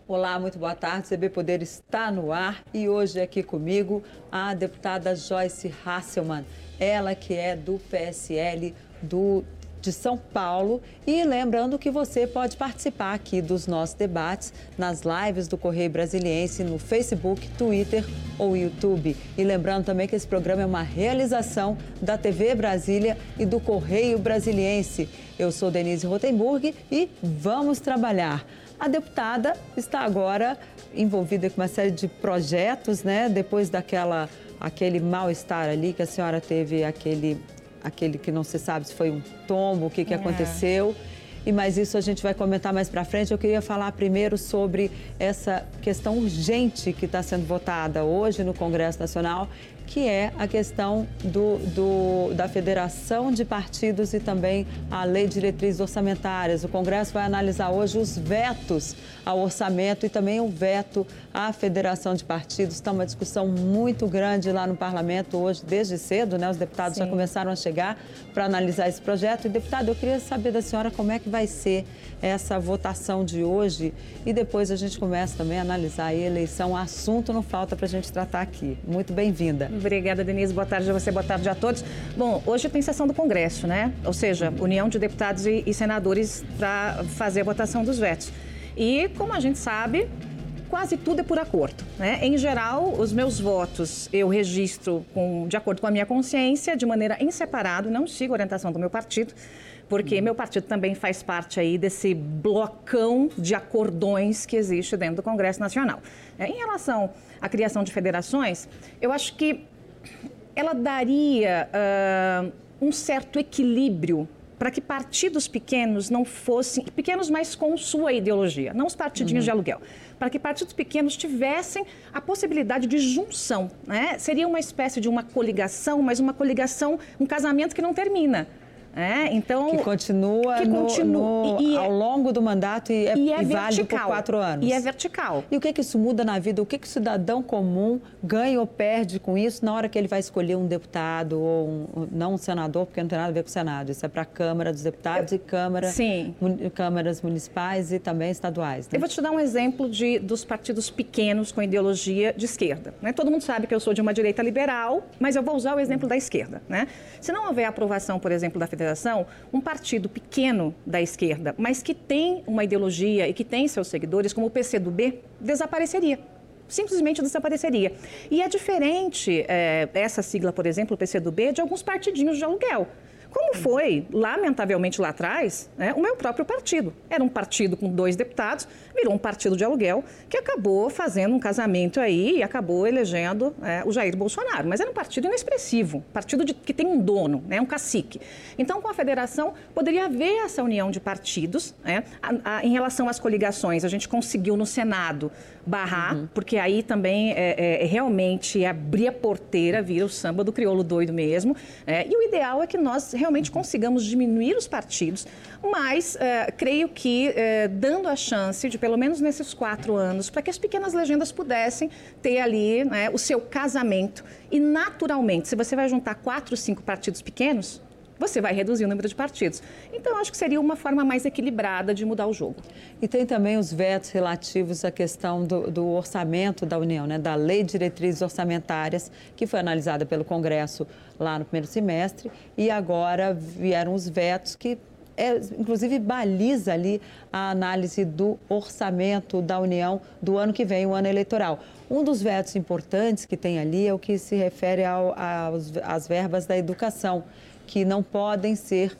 Olá, muito boa tarde. CB Poder está no ar e hoje aqui comigo a deputada Joyce Hasselmann, ela que é do PSL de São Paulo. E lembrando que você pode participar aqui dos nossos debates nas lives do Correio Brasiliense no Facebook, Twitter ou YouTube. E lembrando também que esse programa é uma realização da TV Brasília e do Correio Brasiliense. Eu sou Denise Rotenburg e vamos trabalhar. A deputada está agora envolvida com uma série de projetos, né? Depois aquele mal-estar ali que a senhora teve, aquele que não se sabe se foi um tombo, o que aconteceu. Mas isso a gente vai comentar mais para frente. Eu queria falar primeiro sobre essa questão urgente que está sendo votada hoje no Congresso Nacional, que é a questão da federação de partidos e também a lei de diretrizes orçamentárias. O Congresso vai analisar hoje os vetos ao orçamento e também o veto à federação de partidos. Está uma discussão muito grande lá no parlamento hoje, desde cedo, né? Os deputados já começaram a chegar para analisar esse projeto. E, deputado, eu queria saber da senhora como é que vai ser essa votação de hoje e depois a gente começa também a analisar a eleição. O assunto não falta para a gente tratar aqui. Muito bem-vinda. Obrigada, Denise. Boa tarde a você, boa tarde a todos. Bom, hoje tem sessão do Congresso, né? Ou seja, união de deputados e senadores para fazer a votação dos vetos. E, como a gente sabe, quase tudo é por acordo, né? Em geral, os meus votos eu registro de acordo com a minha consciência, de maneira em separado, não sigo a orientação do meu partido, porque meu partido também faz parte aí desse blocão de acordões que existe dentro do Congresso Nacional. Em relação à criação de federações, eu acho que ela daria um certo equilíbrio para que partidos pequenos não fossem, pequenos mas com sua ideologia, não os partidinhos de aluguel, para que partidos pequenos tivessem a possibilidade de junção, né? Seria uma espécie de uma coligação, mas uma coligação, um casamento que não termina. Então, que continua ao longo do mandato e válido por 4 anos. E é vertical. E o que isso muda na vida? O que o cidadão comum ganha ou perde com isso na hora que ele vai escolher um deputado ou não um senador, porque não tem nada a ver com o Senado. Isso é para a Câmara dos Deputados e câmaras municipais e também estaduais. Né? Eu vou te dar um exemplo dos partidos pequenos com ideologia de esquerda. Né? Todo mundo sabe que eu sou de uma direita liberal, mas eu vou usar o exemplo da esquerda. Né? Se não houver aprovação, por exemplo, da federação, um partido pequeno da esquerda, mas que tem uma ideologia e que tem seus seguidores, como o PCdoB, desapareceria. Simplesmente desapareceria. E é diferente essa sigla, por exemplo, o PCdoB, de alguns partidinhos de aluguel. Como foi, lamentavelmente lá atrás, o meu próprio partido. Era um partido com 2 deputados, virou um partido de aluguel que acabou fazendo um casamento aí e acabou elegendo o Jair Bolsonaro. Mas era um partido inexpressivo, partido que tem um dono, um cacique. Então, com a federação, poderia haver essa união de partidos. Em relação às coligações, a gente conseguiu no Senado barrar, porque aí também realmente abrir a porteira, vira o samba do crioulo doido mesmo. E o ideal é que nós realmente consigamos diminuir os partidos, mas creio que dando a chance de, pelo menos nesses 4 anos, para que as pequenas legendas pudessem ter ali o seu casamento. E naturalmente, se você vai juntar 4, 5 partidos pequenos, você vai reduzir o número de partidos. Então, acho que seria uma forma mais equilibrada de mudar o jogo. E tem também os vetos relativos à questão do orçamento da União, né? Da Lei de Diretrizes Orçamentárias, que foi analisada pelo Congresso lá no primeiro semestre, e agora vieram os vetos que inclusive baliza ali a análise do orçamento da União do ano que vem, o ano eleitoral. Um dos vetos importantes que tem ali é o que se refere às verbas da educação, que não podem ser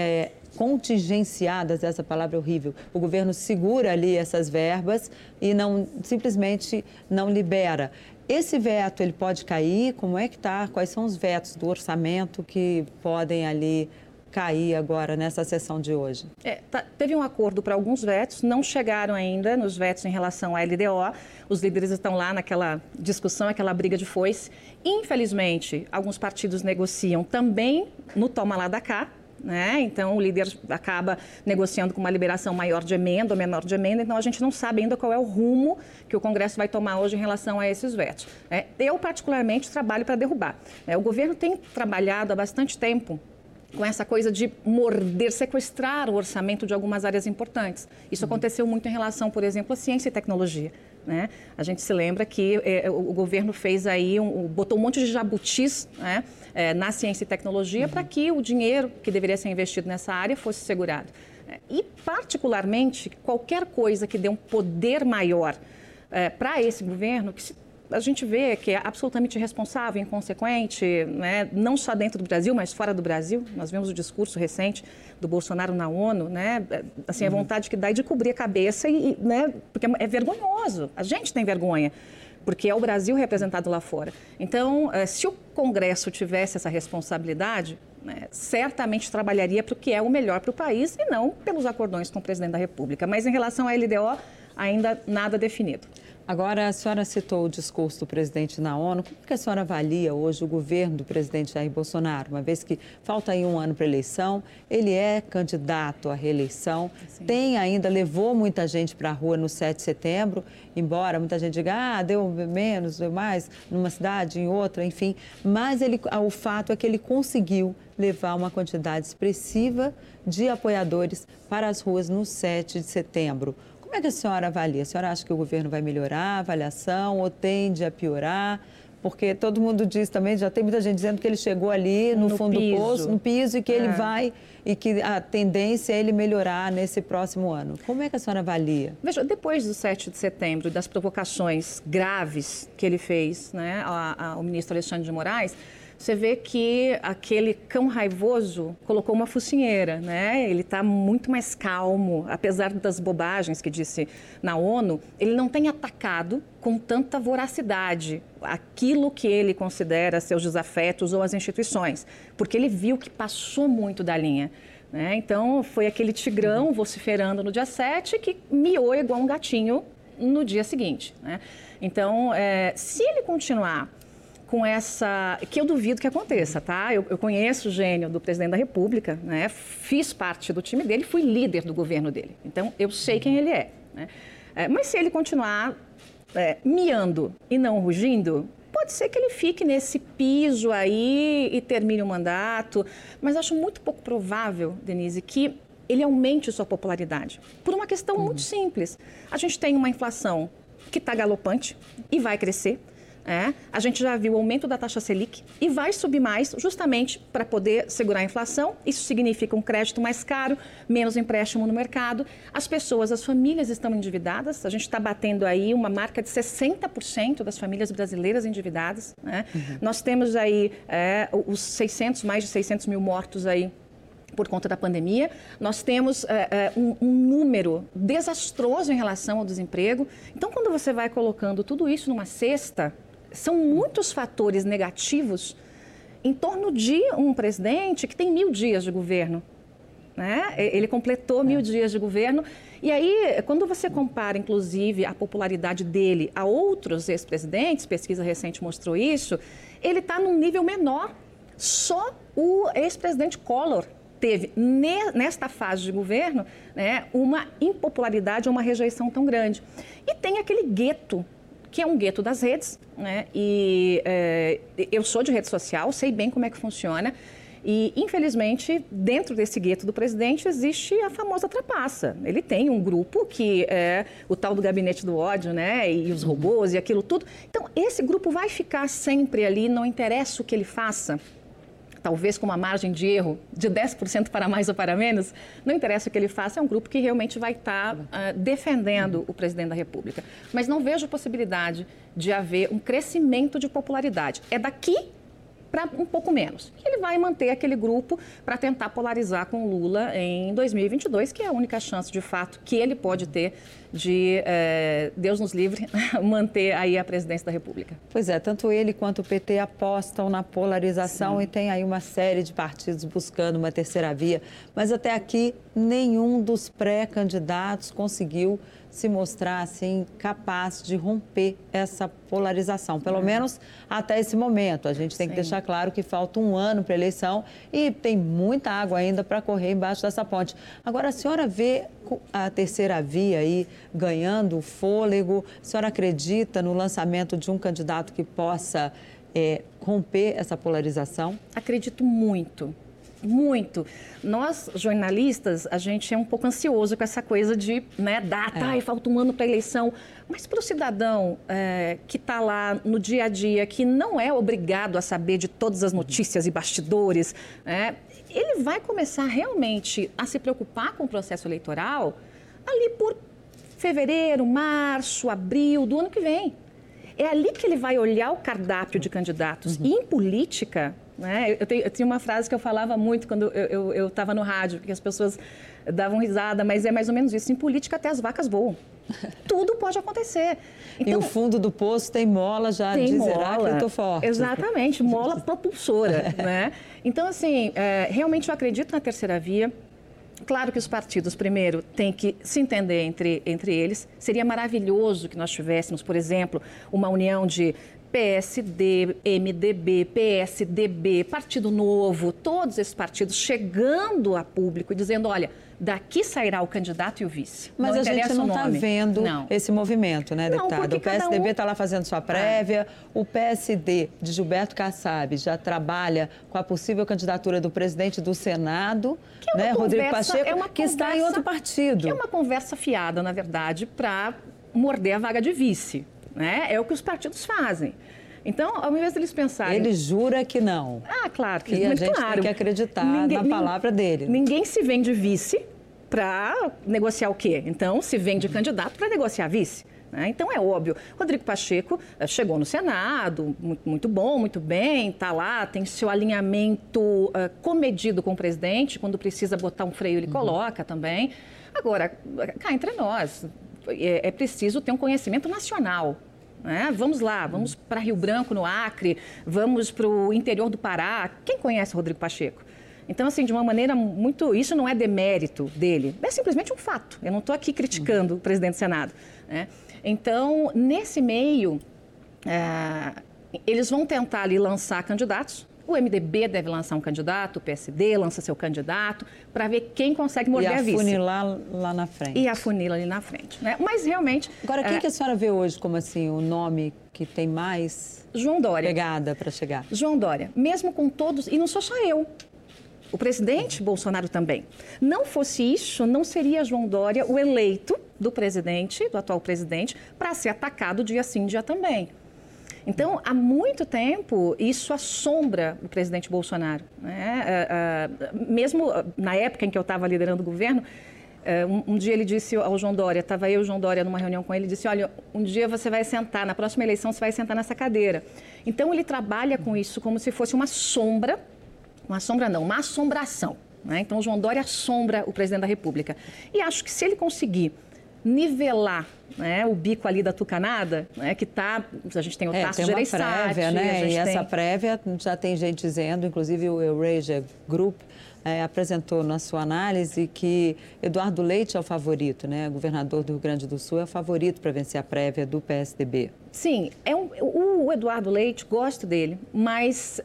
contingenciadas, essa palavra é horrível. O governo segura ali essas verbas e simplesmente não libera. Esse veto, ele pode cair? Como é que está? Quais são os vetos do orçamento que podem ali cair agora nessa sessão de hoje? Teve um acordo para alguns vetos, não chegaram ainda nos vetos em relação à LDO. Os líderes estão lá naquela discussão, aquela briga de foice. Infelizmente, alguns partidos negociam também no toma lá da cá. Então, o líder acaba negociando com uma liberação maior de emenda ou menor de emenda, então a gente não sabe ainda qual é o rumo que o Congresso vai tomar hoje em relação a esses vetos. Eu, particularmente, trabalho para derrubar. O governo tem trabalhado há bastante tempo com essa coisa de morder, sequestrar o orçamento de algumas áreas importantes. Isso aconteceu muito em relação, por exemplo, à ciência e tecnologia. Né? A gente se lembra que o governo fez aí, botou um monte de jabutis, né, na ciência e tecnologia para que o dinheiro que deveria ser investido nessa área fosse segurado. E, particularmente, qualquer coisa que dê um poder maior para esse governo, que a gente vê que é absolutamente irresponsável, inconsequente, né? Não só dentro do Brasil, mas fora do Brasil. Nós vimos o discurso recente do Bolsonaro na ONU, né? Assim, a vontade que dá é de cobrir a cabeça, né? Porque é vergonhoso. A gente tem vergonha, porque é o Brasil representado lá fora. Então, se o Congresso tivesse essa responsabilidade, né, certamente trabalharia para o que é o melhor para o país e não pelos acordões com o presidente da República. Mas, em relação à LDO, ainda nada definido. Agora, a senhora citou o discurso do presidente na ONU. Como que a senhora avalia hoje o governo do presidente Jair Bolsonaro? Uma vez que falta aí um ano para a eleição, ele é candidato à reeleição, levou muita gente para a rua no 7 de setembro, embora muita gente diga, deu menos, deu mais, numa cidade, em outra, enfim. Mas o fato é que ele conseguiu levar uma quantidade expressiva de apoiadores para as ruas no 7 de setembro. Como é que a senhora avalia? A senhora acha que o governo vai melhorar a avaliação ou tende a piorar? Porque todo mundo diz também, já tem muita gente dizendo que ele chegou ali no fundo do poço, no piso, e que ele vai, e que a tendência é ele melhorar nesse próximo ano. Como é que a senhora avalia? Veja, depois do 7 de setembro, das provocações graves que ele fez, né, ao ministro Alexandre de Moraes, você vê que aquele cão raivoso colocou uma focinheira, né? Ele está muito mais calmo, apesar das bobagens que disse na ONU, ele não tem atacado com tanta voracidade aquilo que ele considera seus desafetos ou as instituições, porque ele viu que passou muito da linha. Né? Então, foi aquele tigrão vociferando no dia 7 que miou igual um gatinho no dia seguinte. Né? Então, se ele continuar com essa, que eu duvido que aconteça, tá? Eu conheço o gênio do presidente da República, né? Fiz parte do time dele, fui líder do governo dele. Então, eu sei quem ele é. Né? Mas se ele continuar miando e não rugindo, pode ser que ele fique nesse piso aí e termine o mandato. Mas acho muito pouco provável, Denise, que ele aumente sua popularidade. Por uma questão muito simples. A gente tem uma inflação que está galopante e vai crescer. A gente já viu o aumento da taxa Selic e vai subir mais justamente para poder segurar a inflação. Isso significa um crédito mais caro, menos empréstimo no mercado. As pessoas, as famílias estão endividadas. A gente está batendo aí uma marca de 60% das famílias brasileiras endividadas. Né? Nós temos aí mais de 600 mil mortos aí por conta da pandemia. Nós temos um número desastroso em relação ao desemprego. Então, quando você vai colocando tudo isso numa cesta, são muitos fatores negativos em torno de um presidente que tem 1000 dias de governo. Né? Ele completou 1000 dias de governo. E aí, quando você compara, inclusive, a popularidade dele a outros ex-presidentes, pesquisa recente mostrou isso, ele está num nível menor. Só o ex-presidente Collor teve, nesta fase de governo, né, uma impopularidade, uma rejeição tão grande. E tem aquele gueto, que é um gueto das redes, né? E eu sou de rede social, sei bem como é que funciona. E, infelizmente, dentro desse gueto do presidente existe a famosa trapaça. Ele tem um grupo que é o tal do gabinete do ódio, né? E os robôs e aquilo tudo. Então, esse grupo vai ficar sempre ali, não interessa o que ele faça. Talvez com uma margem de erro de 10% para mais ou para menos, não interessa o que ele faça, é um grupo que realmente vai estar defendendo o presidente da República. Mas não vejo possibilidade de haver um crescimento de popularidade. É daqui para um pouco menos. E ele vai manter aquele grupo para tentar polarizar com o Lula em 2022, que é a única chance, de fato, que ele pode ter de, Deus nos livre, manter aí a presidência da República. Pois é, tanto ele quanto o PT apostam na polarização. Sim. E tem aí uma série de partidos buscando uma terceira via. Mas até aqui, nenhum dos pré-candidatos conseguiu se mostrar assim capaz de romper essa polarização, pelo menos até esse momento. A gente tem que deixar claro que falta um ano para a eleição e tem muita água ainda para correr embaixo dessa ponte. Agora, a senhora vê a terceira via aí ganhando fôlego? A senhora acredita no lançamento de um candidato que possa romper essa polarização? Acredito muito. Muito. Nós, jornalistas, a gente é um pouco ansioso com essa coisa de, né, data, falta um ano para a eleição. Mas para o cidadão que está lá no dia a dia, que não é obrigado a saber de todas as notícias e bastidores, ele vai começar realmente a se preocupar com o processo eleitoral ali por fevereiro, março, abril do ano que vem. É ali que ele vai olhar o cardápio de candidatos. E em política, né, eu tinha uma frase que eu falava muito quando eu estava no rádio, que as pessoas davam risada, mas é mais ou menos isso. Em política até as vacas voam. Tudo pode acontecer. Então, e o fundo do poço tem mola, já diz Heráclito forte. Exatamente, mola propulsora. Né? Então, assim, realmente eu acredito na terceira via. Claro que os partidos, primeiro, têm que se entender entre eles. Seria maravilhoso que nós tivéssemos, por exemplo, uma união de PSD, MDB, PSDB, Partido Novo, todos esses partidos chegando a público e dizendo, olha, daqui sairá o candidato e o vice. Mas a gente não está vendo esse movimento, né, deputada? O PSDB está lá fazendo sua prévia, o PSD de Gilberto Kassab já trabalha com a possível candidatura do presidente do Senado, né, Rodrigo Pacheco, que está em outro partido. Que é uma conversa fiada, na verdade, para morder a vaga de vice. Né? É o que os partidos fazem. Então, ao invés deles pensarem... Ele jura que não. Claro que e a gente tem que acreditar na palavra dele. Ninguém se vende vice para negociar o quê? Então, se vende candidato para negociar vice. Né? Então, é óbvio. Rodrigo Pacheco chegou no Senado, muito bom, muito bem, está lá, tem seu alinhamento comedido com o presidente, quando precisa botar um freio, ele coloca também. Agora, cá entre nós, é preciso ter um conhecimento nacional. Né? Vamos lá, vamos para Rio Branco, no Acre, vamos para o interior do Pará. Quem conhece o Rodrigo Pacheco? Então, assim, de uma maneira muito... Isso não é demérito dele, é simplesmente um fato. Eu não estou aqui criticando o presidente do Senado. Né? Então, nesse meio, eles vão tentar ali lançar candidatos. O MDB deve lançar um candidato, o PSD lança seu candidato, para ver quem consegue morder a vice. E afunilar lá na frente. E afunila ali na frente. Né? Mas realmente... Agora, quem que a senhora vê hoje como assim o nome que tem mais João Dória. Pegada para chegar? João Dória. Mesmo com todos... E não sou só eu. O presidente Bolsonaro também. Não fosse isso, não seria João Dória o eleito do presidente, do atual presidente, para ser atacado dia sim, dia também. Então, há muito tempo, isso assombra o presidente Bolsonaro. Né? Mesmo na época em que eu estava liderando o governo, um dia ele disse ao João Dória, estava eu e o João Dória numa reunião com ele, disse, olha, um dia você vai sentar, na próxima eleição você vai sentar nessa cadeira. Então, ele trabalha com isso como se fosse uma assombração. Né? Então, o João Dória assombra o presidente da República. E acho que se ele conseguir nivelar, né, o bico ali da tucanada, né, que tá, a gente tem o Tasso Gereissati, prévia, né? E essa prévia já tem gente dizendo, inclusive o Eurasia Group apresentou na sua análise que Eduardo Leite é o favorito, né? Governador do Rio Grande do Sul é o favorito para vencer a prévia do PSDB. Sim, o Eduardo Leite, gosto dele, mas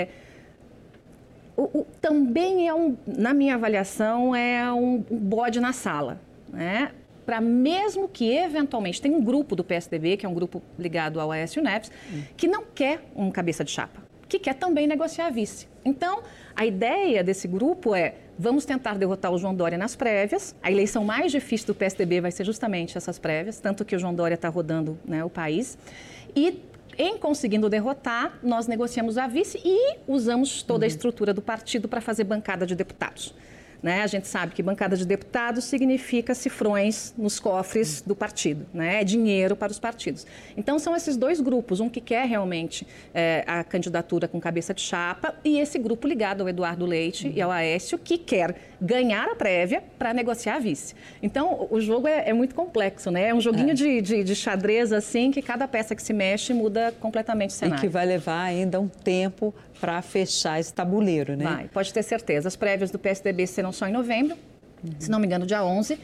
também na minha avaliação, é um bode na sala, né? Para mesmo que, eventualmente, tem um grupo do PSDB, que é um grupo ligado ao Aécio Neves, que não quer um cabeça de chapa, que quer também negociar a vice. Então, a ideia desse grupo é, vamos tentar derrotar o João Dória nas prévias. A eleição mais difícil do PSDB vai ser justamente essas prévias, tanto que o João Dória está rodando, né, o país. E, em conseguindo derrotar, nós negociamos a vice e usamos toda a estrutura do partido para fazer bancada de deputados. Né? A gente sabe que bancada de deputados significa cifrões nos cofres do partido, né? É dinheiro para os partidos. Então, são esses dois grupos, um que quer realmente a candidatura com cabeça de chapa e esse grupo ligado ao Eduardo Leite e ao Aécio, que quer ganhar a prévia para negociar a vice. Então, o jogo é muito complexo, né? É um joguinho de xadrez, assim, que cada peça que se mexe muda completamente o cenário. E que vai levar ainda um tempo para fechar esse tabuleiro, né? Vai, pode ter certeza. As prévias do PSDB serão só em novembro, se não me engano, dia 11.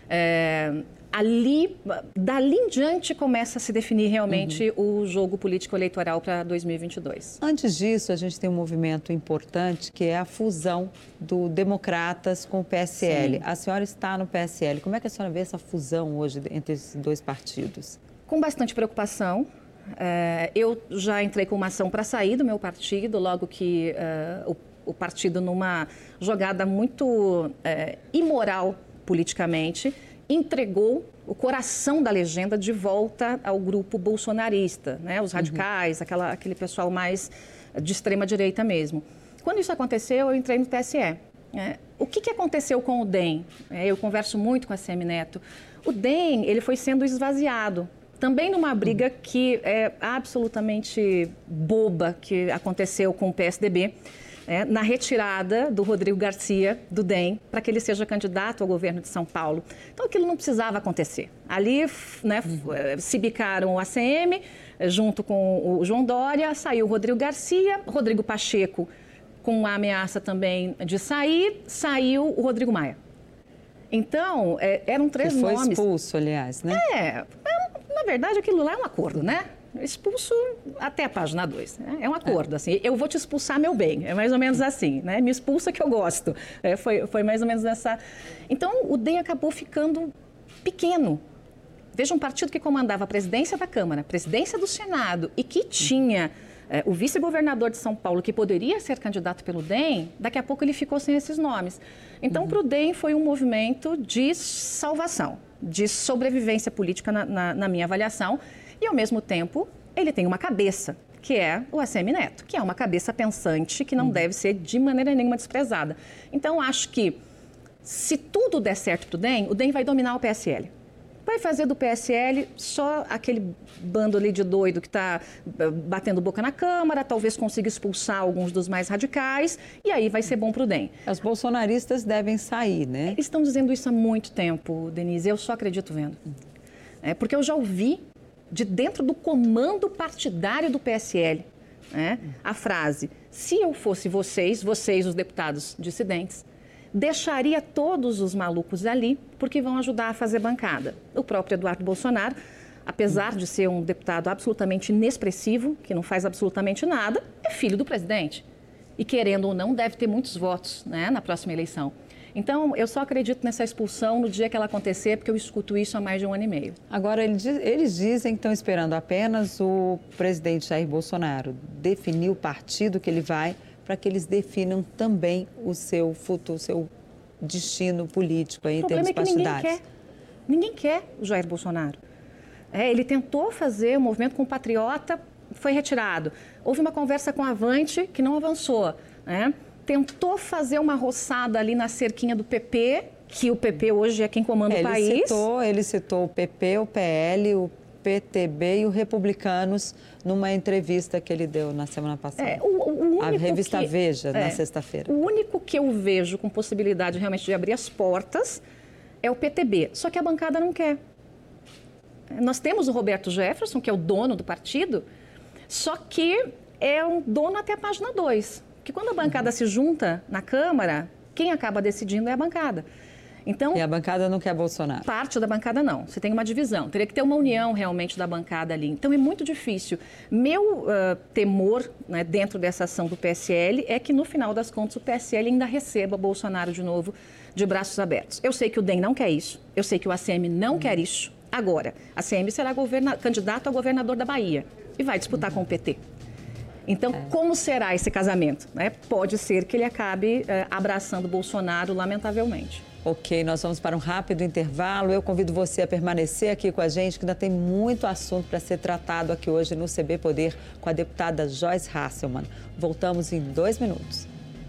Dali em diante, começa a se definir realmente o jogo político-eleitoral para 2022. Antes disso, a gente tem um movimento importante, que é a fusão do Democratas com o PSL. Sim. A senhora está no PSL. Como é que a senhora vê essa fusão hoje entre esses dois partidos? Com bastante preocupação. Eu já entrei com uma ação para sair do meu partido, logo que o o partido numa jogada muito imoral politicamente, entregou o coração da legenda de volta ao grupo bolsonarista, né? Os radicais, aquele pessoal mais de extrema direita mesmo. Quando isso aconteceu, eu entrei no TSE. O que aconteceu com o DEM? Eu converso muito com a ACM Neto. O DEM, ele foi sendo esvaziado. Também numa briga que é absolutamente boba que aconteceu com o PSDB, na retirada do Rodrigo Garcia, do DEM, para que ele seja candidato ao governo de São Paulo. Então, aquilo não precisava acontecer. Ali, né, se bicaram o ACM, junto com o João Dória, saiu o Rodrigo Garcia, Rodrigo Pacheco, com a ameaça também de sair, saiu o Rodrigo Maia. Então, eram três nomes. Foi expulso, aliás, né? Na verdade, aquilo lá é um acordo, né? Expulso até a página 2. Né? É um acordo, assim. Eu vou te expulsar, meu bem. É mais ou menos assim, né? Me expulsa que eu gosto. Foi mais ou menos essa... Então, o DEM acabou ficando pequeno. Veja, um partido que comandava a presidência da Câmara, a presidência do Senado e que tinha o vice-governador de São Paulo, que poderia ser candidato pelo DEM, daqui a pouco ele ficou sem esses nomes. Então, para o DEM foi um movimento de salvação, de sobrevivência política na minha avaliação. E, ao mesmo tempo, ele tem uma cabeça, que é o ACM Neto, que é uma cabeça pensante que não deve ser de maneira nenhuma desprezada. Então, acho que, se tudo der certo para o DEM vai dominar o PSL. Vai fazer do PSL só aquele bando ali de doido que está batendo boca na Câmara, talvez consiga expulsar alguns dos mais radicais, e aí vai ser bom para o DEM. Os bolsonaristas devem sair, né? Eles estão dizendo isso há muito tempo, Denise, eu só acredito vendo. Porque eu já ouvi de dentro do comando partidário do PSL, né, a frase: se eu fosse vocês, os deputados dissidentes, deixaria todos os malucos ali, porque vão ajudar a fazer bancada. O próprio Eduardo Bolsonaro, apesar de ser um deputado absolutamente inexpressivo, que não faz absolutamente nada, é filho do presidente. E, querendo ou não, deve ter muitos votos, né, na próxima eleição. Então, eu só acredito nessa expulsão no dia que ela acontecer, porque eu escuto isso há mais de 1 ano e meio. Agora, eles dizem que estão esperando apenas o presidente Jair Bolsonaro definir o partido que ele vai, para que eles definam também o seu futuro, o seu destino político aí, em termos partidários. Ninguém quer o Jair Bolsonaro. Ele tentou fazer o movimento compatriota, foi retirado. Houve uma conversa com a Avante que não avançou, né? Tentou fazer uma roçada ali na cerquinha do PP, que o PP hoje é quem comanda o país. Ele citou o PP, o PL, o PTB e o Republicanos numa entrevista que ele deu na semana passada. A revista Veja, na sexta-feira. O único que eu vejo com possibilidade realmente de abrir as portas é o PTB, só que a bancada não quer. Nós temos o Roberto Jefferson, que é o dono do partido, só que é um dono até a página 2. Porque quando a bancada se junta na Câmara, quem acaba decidindo é a bancada. Então, e a bancada não quer Bolsonaro? Parte da bancada não. Você tem uma divisão. Teria que ter uma união realmente da bancada ali. Então, é muito difícil. Meu temor, né, dentro dessa ação do PSL é que, no final das contas, o PSL ainda receba Bolsonaro de novo de braços abertos. Eu sei que o DEM não quer isso. Eu sei que o ACM não quer isso. Agora, a ACM será candidato a governador da Bahia e vai disputar com o PT. Então, como será esse casamento? Pode ser que ele acabe abraçando Bolsonaro, lamentavelmente. Ok, nós vamos para um rápido intervalo. Eu convido você a permanecer aqui com a gente, que ainda tem muito assunto para ser tratado aqui hoje no CB Poder com a deputada Joyce Hasselmann. Voltamos em 2 minutos.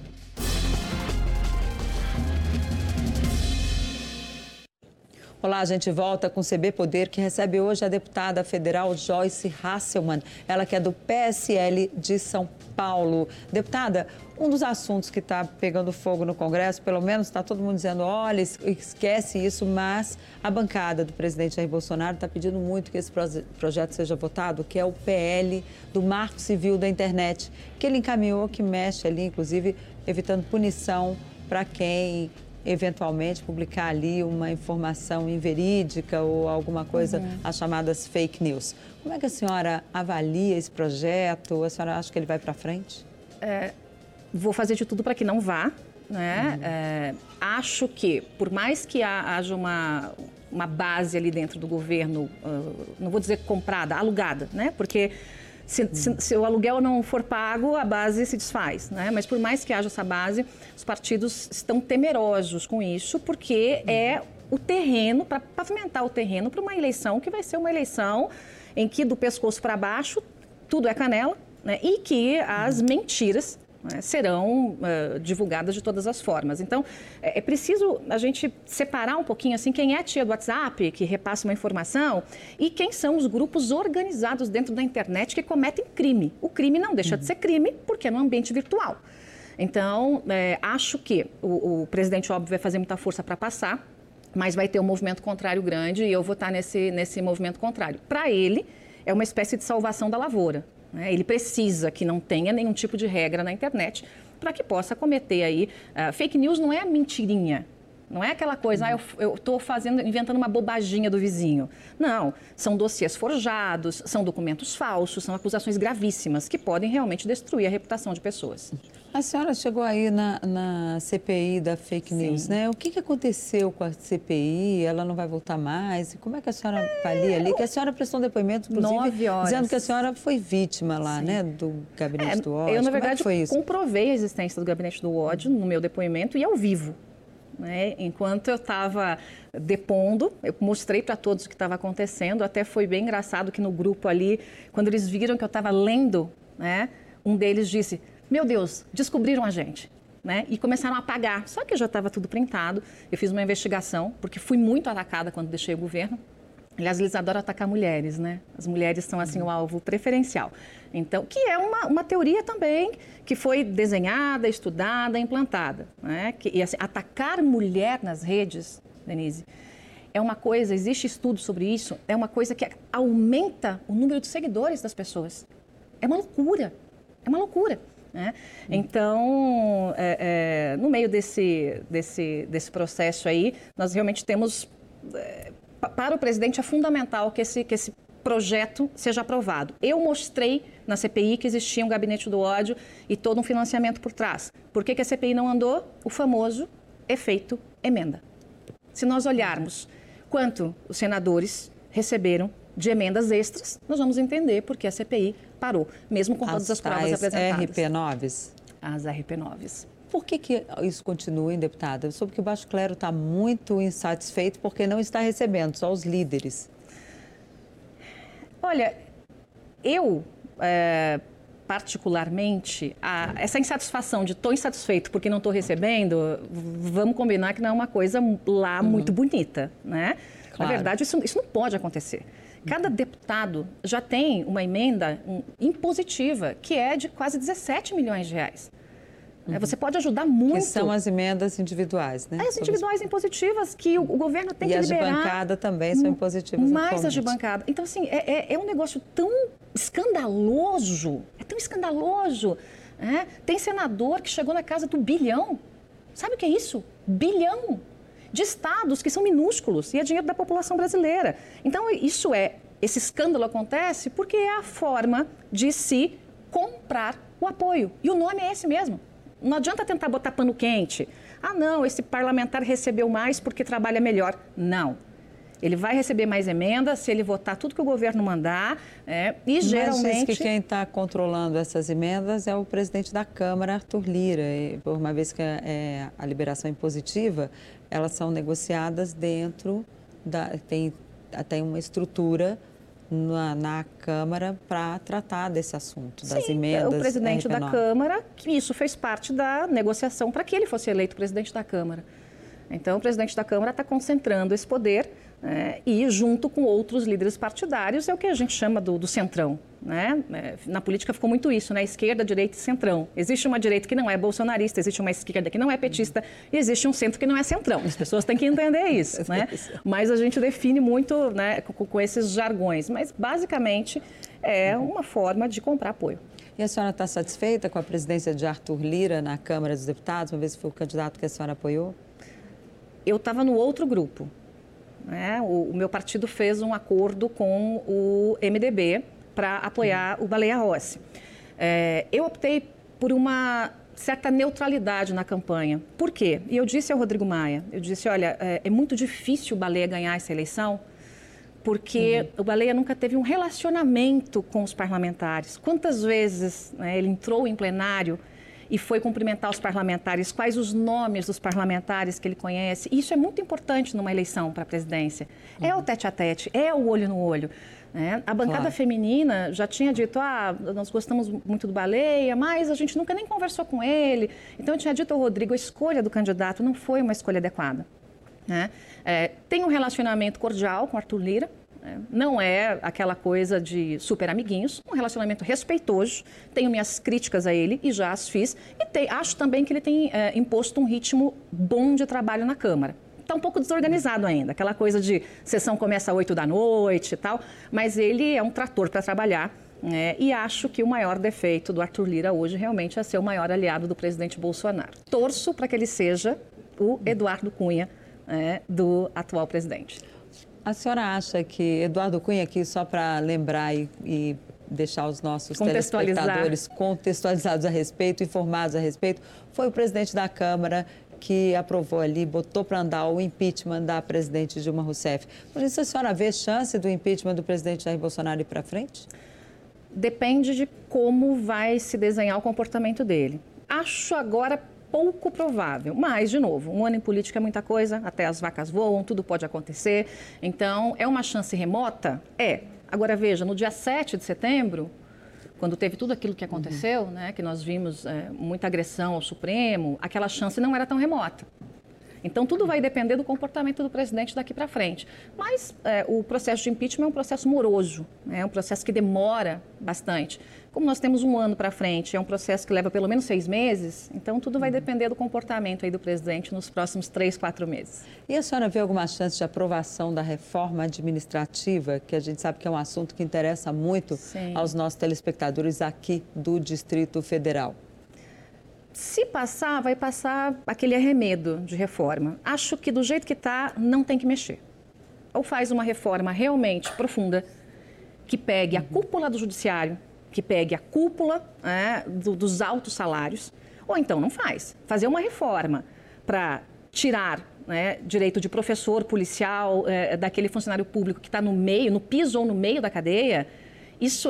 Olá, a gente volta com o CB Poder, que recebe hoje a deputada federal Joyce Hasselmann, ela que é do PSL de São Paulo. Deputada, um dos assuntos que está pegando fogo no Congresso, pelo menos está todo mundo dizendo, olha, esquece isso, mas a bancada do presidente Jair Bolsonaro está pedindo muito que esse projeto seja votado, que é o PL do Marco Civil da Internet, que ele encaminhou, que mexe ali, inclusive, evitando punição para quem eventualmente publicar ali uma informação inverídica ou alguma coisa, as chamadas fake news. Como é que a senhora avalia esse projeto? A senhora acha que ele vai para frente? Vou fazer de tudo para que não vá, né? Acho que, por mais que haja uma base ali dentro do governo, não vou dizer comprada, alugada, né? Porque Se o aluguel não for pago, a base se desfaz, né? Mas por mais que haja essa base, os partidos estão temerosos com isso, porque é o terreno, para pavimentar o terreno para uma eleição que vai ser uma eleição em que do pescoço para baixo tudo é canela, né? E que as mentiras, né, serão divulgadas de todas as formas. Então, é preciso a gente separar um pouquinho assim quem é a tia do WhatsApp, que repassa uma informação, e quem são os grupos organizados dentro da internet que cometem crime. O crime não deixa de ser crime porque é no ambiente virtual. Então, acho que o presidente, óbvio, vai fazer muita força para passar, mas vai ter um movimento contrário grande e eu vou estar nesse movimento contrário. Para ele, é uma espécie de salvação da lavoura. Ele precisa que não tenha nenhum tipo de regra na internet para que possa cometer aí... fake news não é a mentirinha, não é aquela coisa, eu estou inventando uma bobaginha do vizinho. Não, são dossiês forjados, são documentos falsos, são acusações gravíssimas que podem realmente destruir a reputação de pessoas. A senhora chegou aí na CPI da fake news, né? O que aconteceu com a CPI? Ela não vai voltar mais? E como é que a senhora avalia ali? Que a senhora prestou um depoimento, inclusive, 9 horas. Dizendo que a senhora foi vítima lá, né? Do Gabinete do Ódio. Eu, na verdade, foi isso? comprovei a existência do Gabinete do Ódio no meu depoimento e ao vivo. Né? Enquanto eu estava depondo, eu mostrei para todos o que estava acontecendo. Até foi bem engraçado que no grupo ali, quando eles viram que eu estava lendo, né? Um deles disse... Meu Deus, descobriram a gente, né? E começaram a apagar. Só que já estava tudo printado. Eu fiz uma investigação, porque fui muito atacada quando deixei o governo. Aliás, eles adoram atacar mulheres, né? As mulheres são, assim, o alvo preferencial. Então, que é uma teoria também que foi desenhada, estudada, implantada, né? E, assim, atacar mulher nas redes, Denise, é uma coisa, existe estudo sobre isso, é uma coisa que aumenta o número de seguidores das pessoas. É uma loucura, é uma loucura. Né? Então, no meio desse processo aí, nós realmente temos, para o presidente é fundamental que esse projeto seja aprovado. Eu mostrei na CPI que existia um gabinete do ódio e todo um financiamento por trás. Por que a CPI não andou? O famoso efeito emenda. Se nós olharmos quanto os senadores receberam de emendas extras, nós vamos entender por que a CPI parou, mesmo com todas as provas apresentadas. RP9s? As RP9s. Por que isso continua, hein, deputada? Eu soube que o baixo clero está muito insatisfeito porque não está recebendo, só os líderes. Olha, eu, particularmente, essa insatisfação de estou insatisfeito porque não estou recebendo, vamos combinar que não é uma coisa lá muito bonita, né? Claro. Na verdade, isso não pode acontecer. Cada deputado já tem uma emenda impositiva, que é de quase 17 milhões de reais. Você pode ajudar muito. Que são as emendas individuais, né? As individuais impositivas que o governo tem que liberar. E as de bancada também são impositivas. Mais as de bancada. Então, assim, é um negócio tão escandaloso. É tão escandaloso. Né? Tem senador que chegou na casa do bilhão. Sabe o que é isso? Bilhão. De estados que são minúsculos e é dinheiro da população brasileira. Então, esse escândalo acontece porque é a forma de se comprar o apoio. E o nome é esse mesmo. Não adianta tentar botar pano quente. Ah, não, esse parlamentar recebeu mais porque trabalha melhor. Não. Ele vai receber mais emenda se ele votar tudo que o governo mandar. E geralmente... Mas diz que quem está controlando essas emendas é o presidente da Câmara, Arthur Lira. E, por uma vez que a liberação impositiva, elas são negociadas dentro tem uma estrutura na Câmara para tratar desse assunto, das emendas. O presidente RP9. da Câmara, isso fez parte da negociação para que ele fosse eleito presidente da Câmara. Então, o presidente da Câmara está concentrando esse poder e, junto com outros líderes partidários, é o que a gente chama do centrão. Né? Na política ficou muito isso, né? Esquerda, direita e centrão. Existe uma direita que não é bolsonarista, existe uma esquerda que não é petista e existe um centro que não é centrão. As pessoas têm que entender isso, né? Mas a gente define muito, né, com esses jargões. Mas, basicamente, é uma forma de comprar apoio. E a senhora está satisfeita com a presidência de Arthur Lira na Câmara dos Deputados, uma vez que foi o candidato que a senhora apoiou? Eu estava no outro grupo. Né? O meu partido fez um acordo com o MDB para apoiar o Baleia Rossi. Eu optei por uma certa neutralidade na campanha. Por quê? E eu disse ao Rodrigo Maia, eu disse, olha, é muito difícil o Baleia ganhar essa eleição, porque o Baleia nunca teve um relacionamento com os parlamentares. Quantas vezes, né, ele entrou em plenário e foi cumprimentar os parlamentares, quais os nomes dos parlamentares que ele conhece. Isso é muito importante numa eleição para a presidência. É o tete-a-tete, é o olho no olho. Né? A bancada feminina já tinha dito, nós gostamos muito do Baleia, mas a gente nunca nem conversou com ele. Então, eu tinha dito ao Rodrigo, a escolha do candidato não foi uma escolha adequada. Né? Tem um relacionamento cordial com Arthur Lira, né? Não é aquela coisa de super amiguinhos, um relacionamento respeitoso. Tenho minhas críticas a ele e já as fiz. E acho também que ele tem imposto um ritmo bom de trabalho na Câmara. Está um pouco desorganizado ainda, aquela coisa de sessão começa às 8 da noite e tal, mas ele é um trator para trabalhar. E acho que o maior defeito do Arthur Lira hoje realmente é ser o maior aliado do presidente Bolsonaro. Torço para que ele seja o Eduardo Cunha, do atual presidente. A senhora acha que Eduardo Cunha, aqui só para lembrar e deixar os nossos telespectadores contextualizados a respeito, informados a respeito, foi o presidente da Câmara que aprovou ali, botou para andar o impeachment da presidente Dilma Rousseff. Por isso, a senhora vê chance do impeachment do presidente Jair Bolsonaro ir para frente? Depende de como vai se desenhar o comportamento dele. Acho agora pouco provável, mas, de novo, um ano em política é muita coisa, até as vacas voam, tudo pode acontecer. Então, é uma chance remota? É. Agora, veja, no dia 7 de setembro, quando teve tudo aquilo que aconteceu, né, que nós vimos muita agressão ao Supremo, aquela chance não era tão remota. Então, tudo vai depender do comportamento do presidente daqui para frente. Mas o processo de impeachment é um processo moroso, é um processo que demora bastante. Como nós temos um ano para frente, é um processo que leva pelo menos 6 meses, então tudo vai depender do comportamento aí do presidente nos próximos 3, 4 meses. E a senhora vê alguma chance de aprovação da reforma administrativa, que a gente sabe que é um assunto que interessa muito aos nossos telespectadores aqui do Distrito Federal? Se passar, vai passar aquele arremedo de reforma. Acho que do jeito que está, não tem que mexer. Ou faz uma reforma realmente profunda, que pegue a cúpula do judiciário, que pegue a cúpula dos altos salários, ou então não faz. Fazer uma reforma para tirar direito de professor, policial, daquele funcionário público que está no meio, no piso ou no meio da cadeia, isso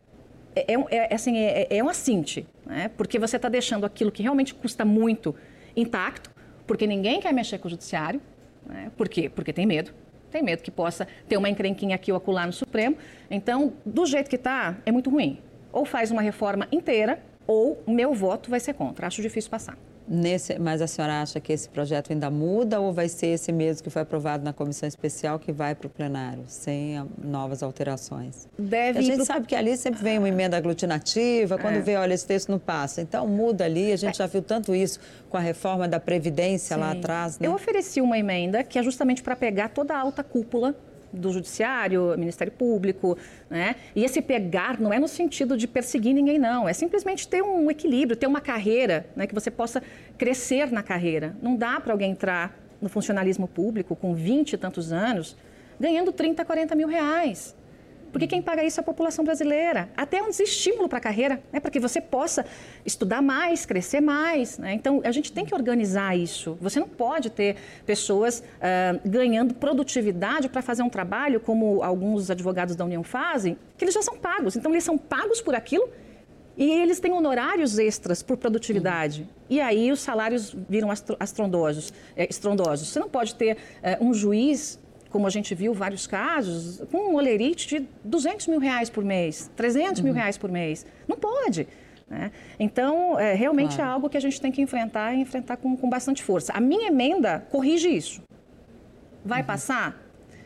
é um assinte, né? Porque você está deixando aquilo que realmente custa muito intacto, porque ninguém quer mexer com o judiciário. Né? Por quê? Porque tem medo que possa ter uma encrenquinha aqui ou acolá no Supremo. Então, do jeito que está, é muito ruim. Ou faz uma reforma inteira, ou o meu voto vai ser contra. Acho difícil passar. Mas a senhora acha que esse projeto ainda muda ou vai ser esse mesmo que foi aprovado na comissão especial que vai para o plenário, sem novas alterações? A gente sabe que ali sempre vem uma emenda aglutinativa, quando vê, olha, esse texto não passa. Então, muda ali, a gente já viu tanto isso com a reforma da Previdência lá atrás, né? Eu ofereci uma emenda que é justamente para pegar toda a alta cúpula do Judiciário, Ministério Público, né? E esse pegar não é no sentido de perseguir ninguém, não. É simplesmente ter um equilíbrio, ter uma carreira, né? Que você possa crescer na carreira. Não dá para alguém entrar no funcionalismo público com 20 e tantos anos ganhando 30, 40 mil reais. Porque quem paga isso é a população brasileira. Até é um desestímulo para a carreira, né? Para que você possa estudar mais, crescer mais. Né? Então, a gente tem que organizar isso. Você não pode ter pessoas ganhando produtividade para fazer um trabalho, como alguns advogados da União fazem, que eles já são pagos. Então, eles são pagos por aquilo e eles têm honorários extras por produtividade. E aí, os salários viram estrondosos. Você não pode ter um juiz, como a gente viu vários casos, com um olerite de 200 mil reais por mês, 300 mil reais por mês. Não pode. Né? Então, realmente é algo que a gente tem que enfrentar e enfrentar com bastante força. A minha emenda corrige isso. Vai passar?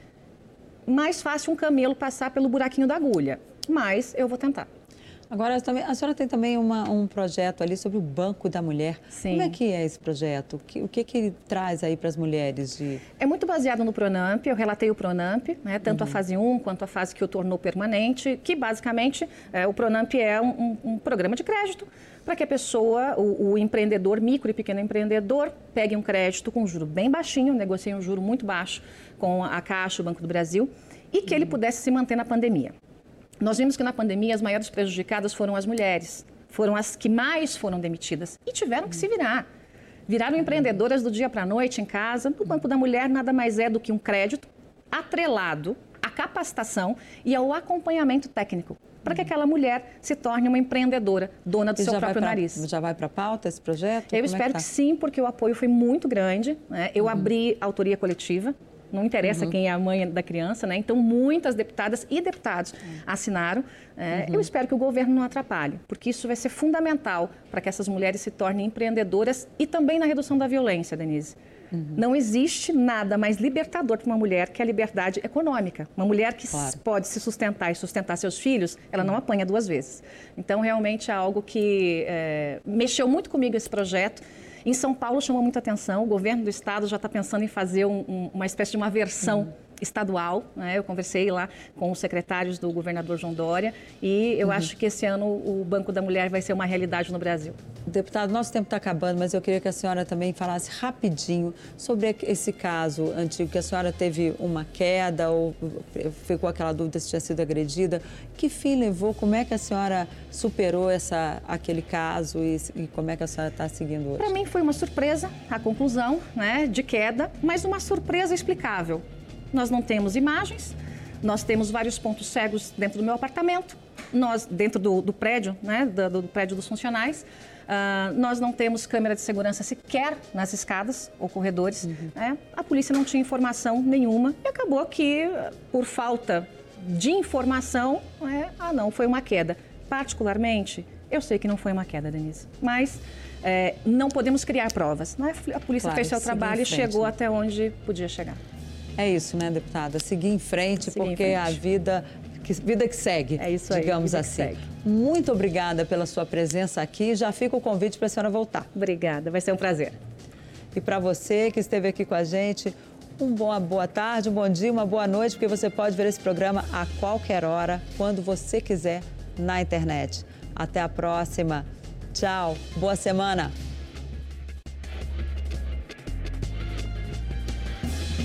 Mais fácil um camelo passar pelo buraquinho da agulha, mas eu vou tentar. Agora, a senhora tem também um projeto ali sobre o Banco da Mulher. Sim. Como é que é esse projeto? O que ele traz aí para as mulheres? É muito baseado no Pronamp. Eu relatei o Pronamp, né, tanto a fase 1 quanto a fase que o tornou permanente, que basicamente o Pronamp é um programa de crédito para que a pessoa, o empreendedor, micro e pequeno empreendedor, pegue um crédito com um juro bem baixinho, negocie um juro muito baixo com a Caixa, o Banco do Brasil, e que ele pudesse se manter na pandemia. Nós vimos que na pandemia as maiores prejudicadas foram as mulheres, foram as que mais foram demitidas e tiveram que se virar. Viraram empreendedoras do dia para a noite em casa. O Banco da Mulher nada mais é do que um crédito atrelado à capacitação e ao acompanhamento técnico, para que aquela mulher se torne uma empreendedora, dona do seu próprio nariz. Já vai para a pauta esse projeto? Eu espero que sim, porque o apoio foi muito grande, né? Eu abri autoria coletiva. Não interessa quem é a mãe da criança, né? Então, muitas deputadas e deputados assinaram. Eu espero que o governo não atrapalhe, porque isso vai ser fundamental para que essas mulheres se tornem empreendedoras e também na redução da violência, Denise. Não existe nada mais libertador para uma mulher que a liberdade econômica. Uma mulher que pode se sustentar e sustentar seus filhos, ela não apanha duas vezes. Então, realmente é algo que mexeu muito comigo esse projeto. Em São Paulo chamou muita atenção, o governo do estado já está pensando em fazer uma espécie de uma versão estadual, né? Eu conversei lá com os secretários do governador João Dória e eu acho que esse ano o Banco da Mulher vai ser uma realidade no Brasil. Deputado, nosso tempo está acabando, mas eu queria que a senhora também falasse rapidinho sobre esse caso antigo, que a senhora teve uma queda ou ficou aquela dúvida se tinha sido agredida. Que fim levou? Como é que a senhora superou aquele caso e como é que a senhora está seguindo hoje? Para mim foi uma surpresa a conclusão, né, de queda, mas uma surpresa explicável. Nós não temos imagens, nós temos vários pontos cegos dentro do meu apartamento, nós dentro do prédio, né, do prédio dos funcionários, nós não temos câmera de segurança sequer nas escadas ou corredores. Né? A polícia não tinha informação nenhuma e acabou que, por falta de informação, não, foi uma queda. Particularmente, eu sei que não foi uma queda, Denise, mas não podemos criar provas. Né? A polícia fez seu trabalho e chegou até onde podia chegar. É isso, né, deputada? Seguir em frente, porque a vida que segue, é isso aí, digamos assim. Muito obrigada pela sua presença aqui. Já fica o convite para a senhora voltar. Obrigada, vai ser um prazer. E para você que esteve aqui com a gente, uma boa tarde, um bom dia, uma boa noite, porque você pode ver esse programa a qualquer hora, quando você quiser, na internet. Até a próxima. Tchau. Boa semana.